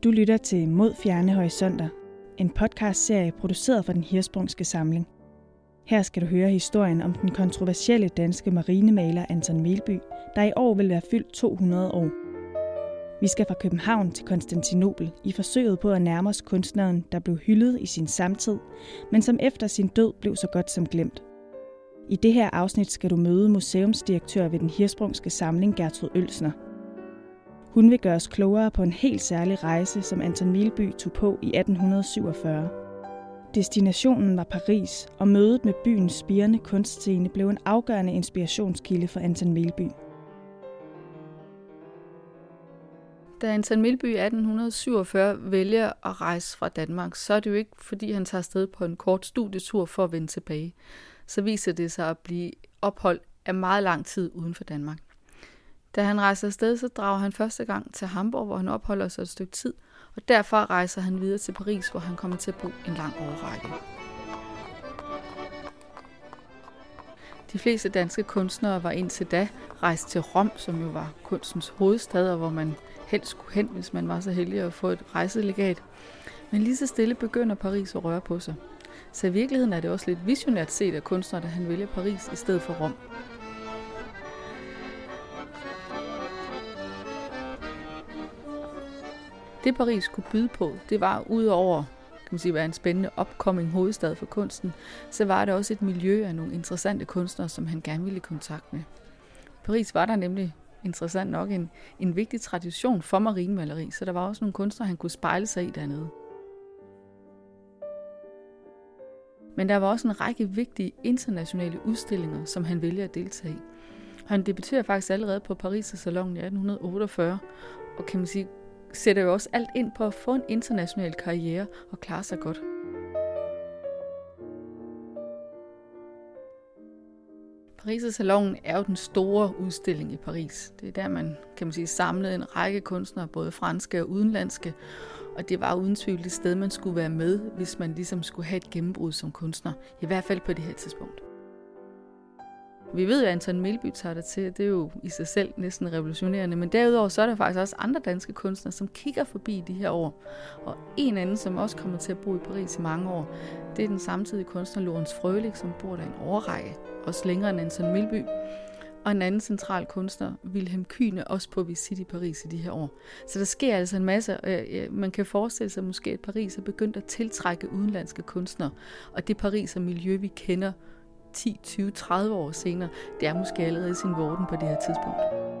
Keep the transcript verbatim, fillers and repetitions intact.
Du lytter til Mod fjerne horisonter, en podcastserie produceret for den Hirschsprungske Samling. Her skal du høre historien om den kontroversielle danske marinemaler Anton Melby, der i år vil være fyldt to hundrede år. Vi skal fra København til Konstantinopel i forsøget på at nærme os kunstneren, der blev hyldet i sin samtid, men som efter sin død blev så godt som glemt. I det her afsnit skal du møde museumsdirektør ved den Hirschsprungske Samling, Gertrud Oelsner. Hun vil gøre os klogere på en helt særlig rejse, som Anton Melby tog på i atten syvogfyrre. Destinationen var Paris, og mødet med byens spirende kunstscene blev en afgørende inspirationskilde for Anton Melby. Da Anton Melby i atten syvogfyrre vælger at rejse fra Danmark, så er det jo ikke, fordi han tager afsted på en kort studietur for at vende tilbage. Så viser det sig at blive ophold af meget lang tid uden for Danmark. Da han rejser afsted, så drager han første gang til Hamburg, hvor han opholder sig et stykke tid, og derfra rejser han videre til Paris, hvor han kommer til at bo en lang årrække. De fleste danske kunstnere var indtil da rejst til Rom, som jo var kunstens hovedstad, og hvor man helst skulle hen, hvis man var så heldig at få et rejselegat. Men lige så stille begynder Paris at røre på sig. Så i virkeligheden er det også lidt visionært set af kunstnere, da han vælger Paris i stedet for Rom. Det Paris kunne byde på, det var udover kan man sige, være en spændende upcoming hovedstad for kunsten, så var det også et miljø af nogle interessante kunstnere, som han gerne ville i kontakt med. Paris var der nemlig interessant nok en, en vigtig tradition for marinemaleri, så der var også nogle kunstnere, han kunne spejle sig i dernede. Men der var også en række vigtige internationale udstillinger, som han vælger at deltage i. Han debuterer faktisk allerede på Paris' Salon i atten otteogfyrre, og kan man sige, sætter jo også alt ind på at få en international karriere og klare sig godt. Paris' Salon er jo den store udstilling i Paris. Det er der, man kan man sige samlede en række kunstnere, både franske og udenlandske, og det var uden tvivl et sted, man skulle være med, hvis man ligesom skulle have et gennembrud som kunstner, i hvert fald på det her tidspunkt. Vi ved jo, at Anton Melby tager det til, det er jo i sig selv næsten revolutionerende, men derudover så er der faktisk også andre danske kunstnere, som kigger forbi de her år. Og en anden, som også kommer til at bo i Paris i mange år, det er den samtidige kunstner Lorens Frølich, som bor der en årrække, også længere end Anton Melby. Og en anden central kunstner, Wilhelm Kühne, også på visit i Paris i de her år. Så der sker altså en masse, og man kan forestille sig måske, at Paris er begyndt at tiltrække udenlandske kunstnere, og det Paris og miljø, vi kender ti, tyve, tredive år senere, det er måske allerede i sin vorden på det her tidspunkt.